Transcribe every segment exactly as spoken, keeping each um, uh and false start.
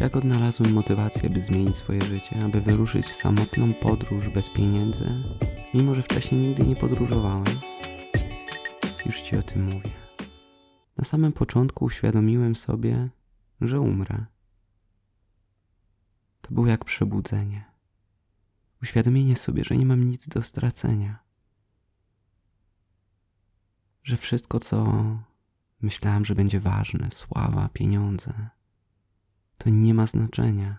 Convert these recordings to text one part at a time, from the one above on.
Jak odnalazłem motywację, by zmienić swoje życie, aby wyruszyć w samotną podróż bez pieniędzy, mimo że wcześniej nigdy nie podróżowałem? Już Ci o tym mówię. Na samym początku uświadomiłem sobie, że umrę. To było jak przebudzenie. Uświadomienie sobie, że nie mam nic do stracenia. Że wszystko, co myślałem, że będzie ważne, sława, pieniądze, to nie ma znaczenia.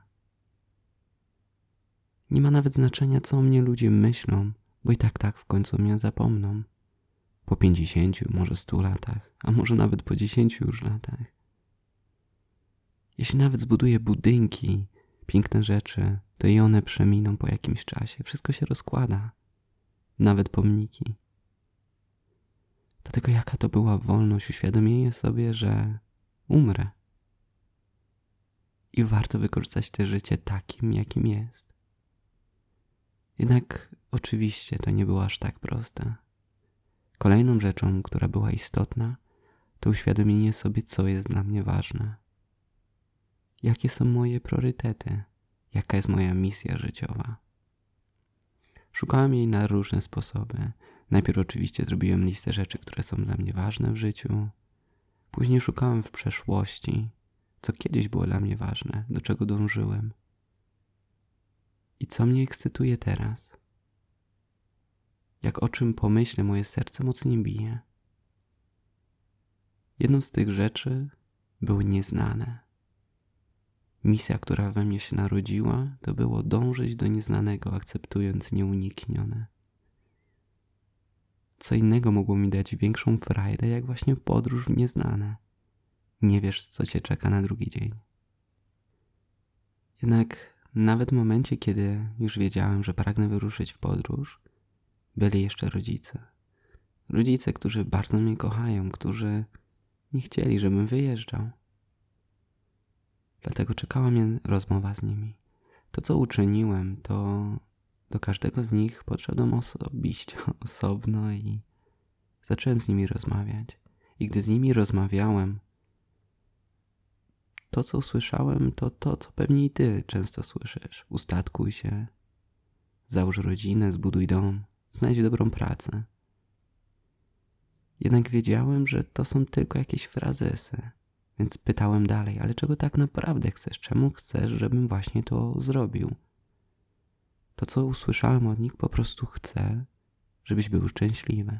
Nie ma nawet znaczenia, co o mnie ludzie myślą, bo i tak tak w końcu mnie zapomną. Po pięćdziesięciu, może stu latach, a może nawet po dziesięciu już latach. Jeśli nawet zbuduję budynki, piękne rzeczy, to i one przeminą po jakimś czasie. Wszystko się rozkłada. Nawet pomniki. Dlatego jaka to była wolność, uświadomienie sobie, że umrę. I warto wykorzystać to życie takim, jakim jest. Jednak oczywiście to nie było aż tak proste. Kolejną rzeczą, która była istotna, to uświadomienie sobie, co jest dla mnie ważne. Jakie są moje priorytety? Jaka jest moja misja życiowa? Szukałem jej na różne sposoby. Najpierw oczywiście zrobiłem listę rzeczy, które są dla mnie ważne w życiu. Później szukałem w przeszłości, co kiedyś było dla mnie ważne, do czego dążyłem. I co mnie ekscytuje teraz? Jak o czym pomyślę, moje serce mocniej bije. Jedną z tych rzeczy były nieznane. Misja, która we mnie się narodziła, to było dążyć do nieznanego, akceptując nieuniknione. Co innego mogło mi dać większą frajdę, jak właśnie podróż w nieznane. Nie wiesz, co cię czeka na drugi dzień. Jednak nawet w momencie, kiedy już wiedziałem, że pragnę wyruszyć w podróż, byli jeszcze rodzice. Rodzice, którzy bardzo mnie kochają, którzy nie chcieli, żebym wyjeżdżał. Dlatego czekała mnie rozmowa z nimi. To, co uczyniłem, to do każdego z nich podszedłem osobiście, osobno i zacząłem z nimi rozmawiać. I gdy z nimi rozmawiałem, to, co usłyszałem, to to, co pewnie i ty często słyszysz. Ustatkuj się, załóż rodzinę, zbuduj dom, znajdź dobrą pracę. Jednak wiedziałem, że to są tylko jakieś frazesy. Więc pytałem dalej, ale czego tak naprawdę chcesz? Czemu chcesz, żebym właśnie to zrobił? To, co usłyszałem od nich, po prostu chcę, żebyś był szczęśliwy.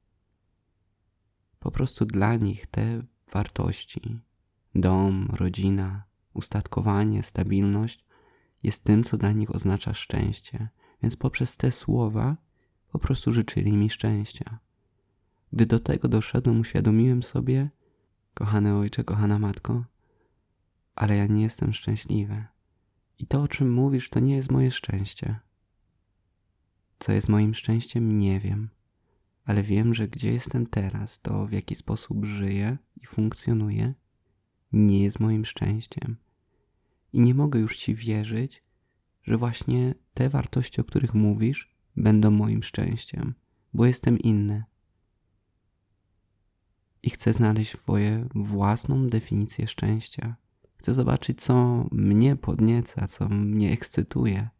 Po prostu dla nich te wartości, dom, rodzina, ustatkowanie, stabilność jest tym, co dla nich oznacza szczęście. Więc poprzez te słowa po prostu życzyli mi szczęścia. Gdy do tego doszedłem, uświadomiłem sobie, kochany ojcze, kochana matko, ale ja nie jestem szczęśliwy. I to, o czym mówisz, to nie jest moje szczęście. Co jest moim szczęściem, nie wiem. Ale wiem, że gdzie jestem teraz, to w jaki sposób żyję i funkcjonuję, nie jest moim szczęściem. I nie mogę już Ci wierzyć, że właśnie te wartości, o których mówisz, będą moim szczęściem, bo jestem inny. I chcę znaleźć swoją własną definicję szczęścia. Chcę zobaczyć, co mnie podnieca, co mnie ekscytuje.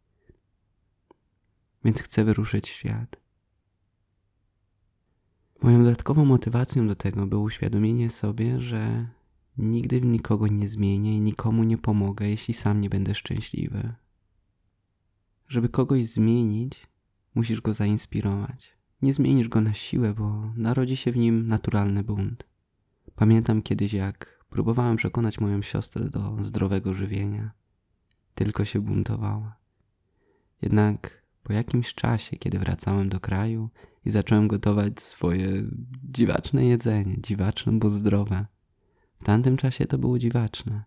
Więc chcę wyruszyć w świat. Moją dodatkową motywacją do tego było uświadomienie sobie, że nigdy w nikogo nie zmienię i nikomu nie pomogę, jeśli sam nie będę szczęśliwy. Żeby kogoś zmienić, musisz go zainspirować. Nie zmienisz go na siłę, bo narodzi się w nim naturalny bunt. Pamiętam kiedyś, jak próbowałem przekonać moją siostrę do zdrowego żywienia. Tylko się buntowała. Jednak po jakimś czasie, kiedy wracałem do kraju i zacząłem gotować swoje dziwaczne jedzenie, dziwaczne, bo zdrowe. W tamtym czasie to było dziwaczne.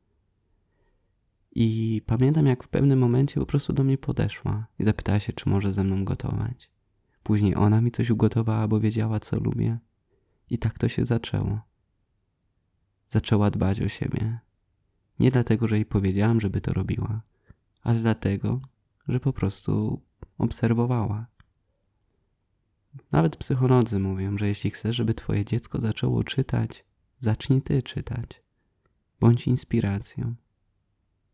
I pamiętam, jak w pewnym momencie po prostu do mnie podeszła i zapytała się, czy może ze mną gotować. Później ona mi coś ugotowała, bo wiedziała, co lubię. I tak to się zaczęło. Zaczęła dbać o siebie. Nie dlatego, że jej powiedziałam, żeby to robiła, ale dlatego, że po prostu obserwowała. Nawet psycholodzy mówią, że jeśli chcesz, żeby twoje dziecko zaczęło czytać, zacznij ty czytać. Bądź inspiracją.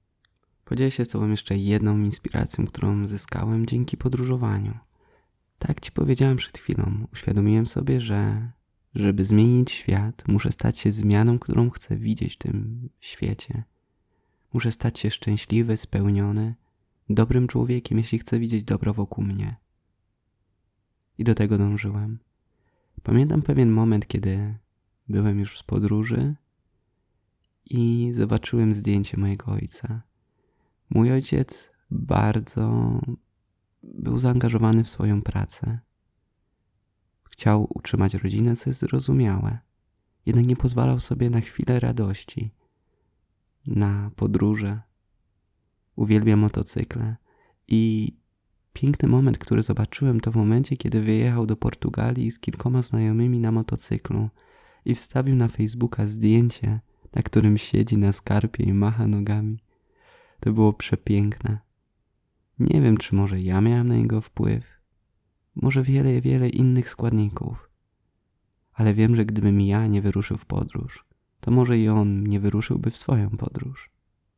Podzielę się z Tobą jeszcze jedną inspiracją, którą zyskałem dzięki podróżowaniu. Tak jak Ci powiedziałem przed chwilą, uświadomiłem sobie, że żeby zmienić świat, muszę stać się zmianą, którą chcę widzieć w tym świecie. Muszę stać się szczęśliwy, spełniony, dobrym człowiekiem, jeśli chcę widzieć dobro wokół mnie. I do tego dążyłem. Pamiętam pewien moment, kiedy byłem już z podróży i zobaczyłem zdjęcie mojego ojca. Mój ojciec bardzo był zaangażowany w swoją pracę. Chciał utrzymać rodzinę, co jest zrozumiałe. Jednak nie pozwalał sobie na chwilę radości, na podróże. Uwielbia motocykle i piękny moment, który zobaczyłem, to w momencie, kiedy wyjechał do Portugalii z kilkoma znajomymi na motocyklu i wstawił na Facebooka zdjęcie, na którym siedzi na skarpie i macha nogami. To było przepiękne. Nie wiem, czy może ja miałem na niego wpływ, może wiele, wiele innych składników. Ale wiem, że gdybym ja nie wyruszył w podróż, to może i on nie wyruszyłby w swoją podróż.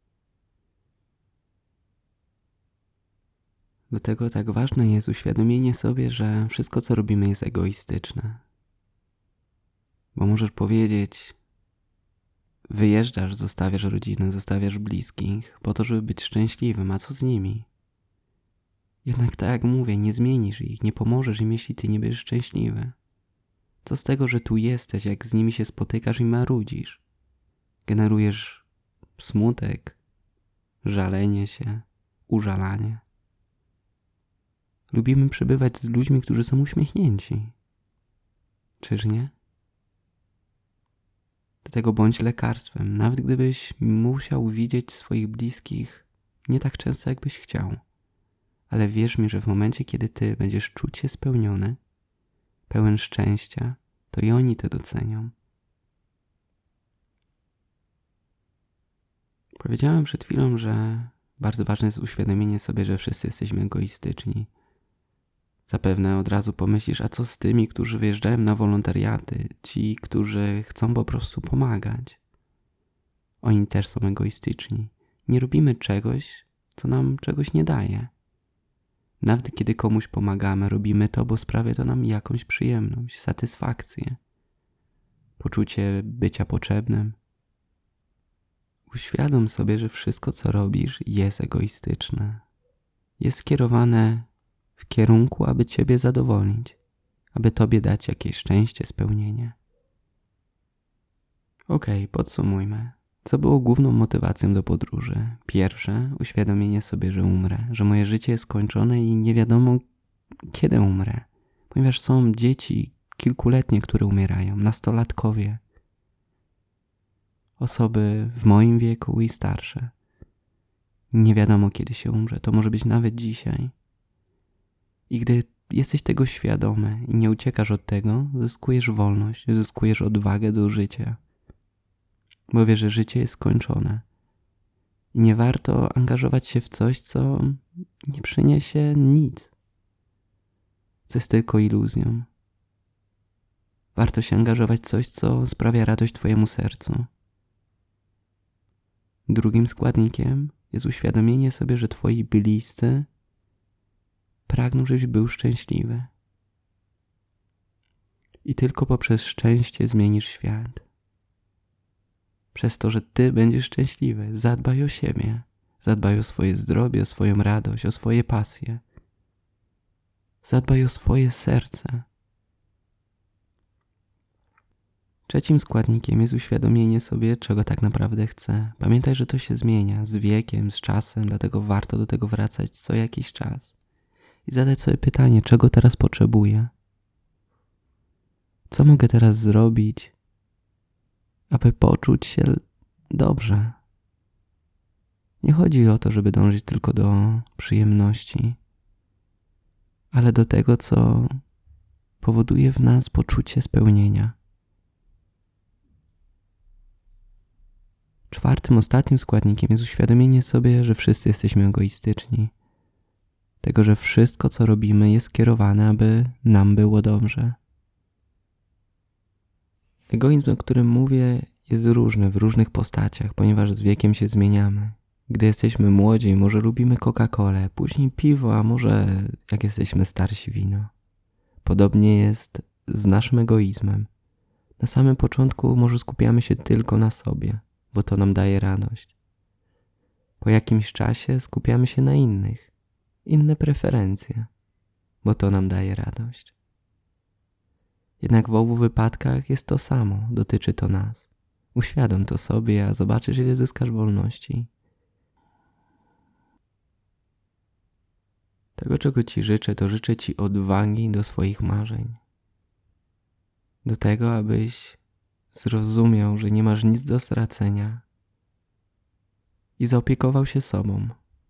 Dlatego tak ważne jest uświadomienie sobie, że wszystko, co robimy, jest egoistyczne. Bo możesz powiedzieć, wyjeżdżasz, zostawiasz rodzinę, zostawiasz bliskich po to, żeby być szczęśliwym, a co z nimi? Jednak tak jak mówię, nie zmienisz ich, nie pomożesz im, jeśli ty nie będziesz szczęśliwy. Co z tego, że tu jesteś, jak z nimi się spotykasz i marudzisz? Generujesz smutek, żalenie się, użalanie. Lubimy przebywać z ludźmi, którzy są uśmiechnięci. Czyż nie? Dlatego bądź lekarstwem, nawet gdybyś musiał widzieć swoich bliskich nie tak często, jakbyś chciał. Ale wierz mi, że w momencie, kiedy ty będziesz czuć się spełniony, pełen szczęścia, to i oni to docenią. Powiedziałem przed chwilą, że bardzo ważne jest uświadomienie sobie, że wszyscy jesteśmy egoistyczni. Zapewne od razu pomyślisz, a co z tymi, którzy wyjeżdżają na wolontariaty, ci, którzy chcą po prostu pomagać. Oni też są egoistyczni. Nie robimy czegoś, co nam czegoś nie daje. Nawet kiedy komuś pomagamy, robimy to, bo sprawia to nam jakąś przyjemność, satysfakcję, poczucie bycia potrzebnym. Uświadom sobie, że wszystko, co robisz, jest egoistyczne. Jest skierowane w kierunku, aby ciebie zadowolić, aby tobie dać jakieś szczęście, spełnienie. Okej, podsumujmy. Co było główną motywacją do podróży? Pierwsze, uświadomienie sobie, że umrę, że moje życie jest skończone i nie wiadomo, kiedy umrę. Ponieważ są dzieci kilkuletnie, które umierają, nastolatkowie, osoby w moim wieku i starsze. Nie wiadomo, kiedy się umrze, to może być nawet dzisiaj. I gdy jesteś tego świadomy i nie uciekasz od tego, zyskujesz wolność, zyskujesz odwagę do życia. Bo wiesz, że życie jest skończone. I nie warto angażować się w coś, co nie przyniesie nic. Co jest tylko iluzją. Warto się angażować w coś, co sprawia radość twojemu sercu. Drugim składnikiem jest uświadomienie sobie, że twoi bliscy pragną, żebyś był szczęśliwy. I tylko poprzez szczęście zmienisz świat. Przez to, że ty będziesz szczęśliwy, zadbaj o siebie. Zadbaj o swoje zdrowie, o swoją radość, o swoje pasje. Zadbaj o swoje serce. Trzecim składnikiem jest uświadomienie sobie, czego tak naprawdę chcę. Pamiętaj, że to się zmienia z wiekiem, z czasem, dlatego warto do tego wracać co jakiś czas. I zadać sobie pytanie, czego teraz potrzebuję? Co mogę teraz zrobić, aby poczuć się dobrze? Nie chodzi o to, żeby dążyć tylko do przyjemności, ale do tego, co powoduje w nas poczucie spełnienia. Czwartym, ostatnim składnikiem jest uświadomienie sobie, że wszyscy jesteśmy egoistyczni. Tego, że wszystko, co robimy, jest skierowane, aby nam było dobrze. Egoizm, o którym mówię, jest różny w różnych postaciach, ponieważ z wiekiem się zmieniamy. Gdy jesteśmy młodzi, może lubimy Coca-Colę, później piwo, a może jak jesteśmy starsi wino. Podobnie jest z naszym egoizmem. Na samym początku może skupiamy się tylko na sobie, bo to nam daje radość. Po jakimś czasie skupiamy się na innych, inne preferencje, bo to nam daje radość. Jednak w obu wypadkach jest to samo, dotyczy to nas. Uświadom to sobie, a zobaczysz, ile zyskasz wolności. Tego, czego Ci życzę, to życzę Ci odwagi do swoich marzeń. Do tego, abyś zrozumiał, że nie masz nic do stracenia i zaopiekował się sobą.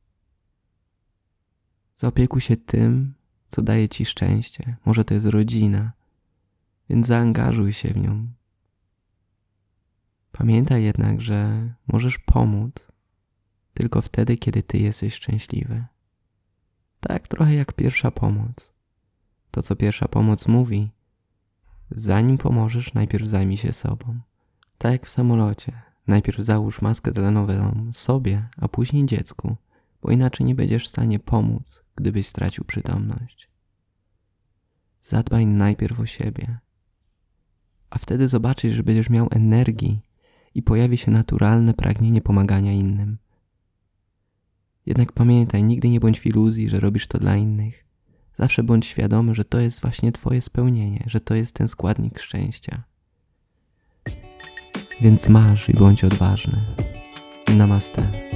Zaopiekuj się tym, co daje Ci szczęście. Może to jest rodzina, więc zaangażuj się w nią. Pamiętaj jednak, że możesz pomóc tylko wtedy, kiedy Ty jesteś szczęśliwy. Tak trochę jak pierwsza pomoc. To, co pierwsza pomoc mówi, zanim pomożesz, najpierw zajmij się sobą. Tak jak w samolocie. Najpierw załóż maskę tlenową sobie, a później dziecku, bo inaczej nie będziesz w stanie pomóc, gdybyś stracił przytomność. Zadbaj najpierw o siebie, a wtedy zobaczysz, że będziesz miał energii i pojawi się naturalne pragnienie pomagania innym. Jednak pamiętaj, nigdy nie bądź w iluzji, że robisz to dla innych. Zawsze bądź świadomy, że to jest właśnie Twoje spełnienie, że to jest ten składnik szczęścia. Więc masz i bądź odważny. Namaste.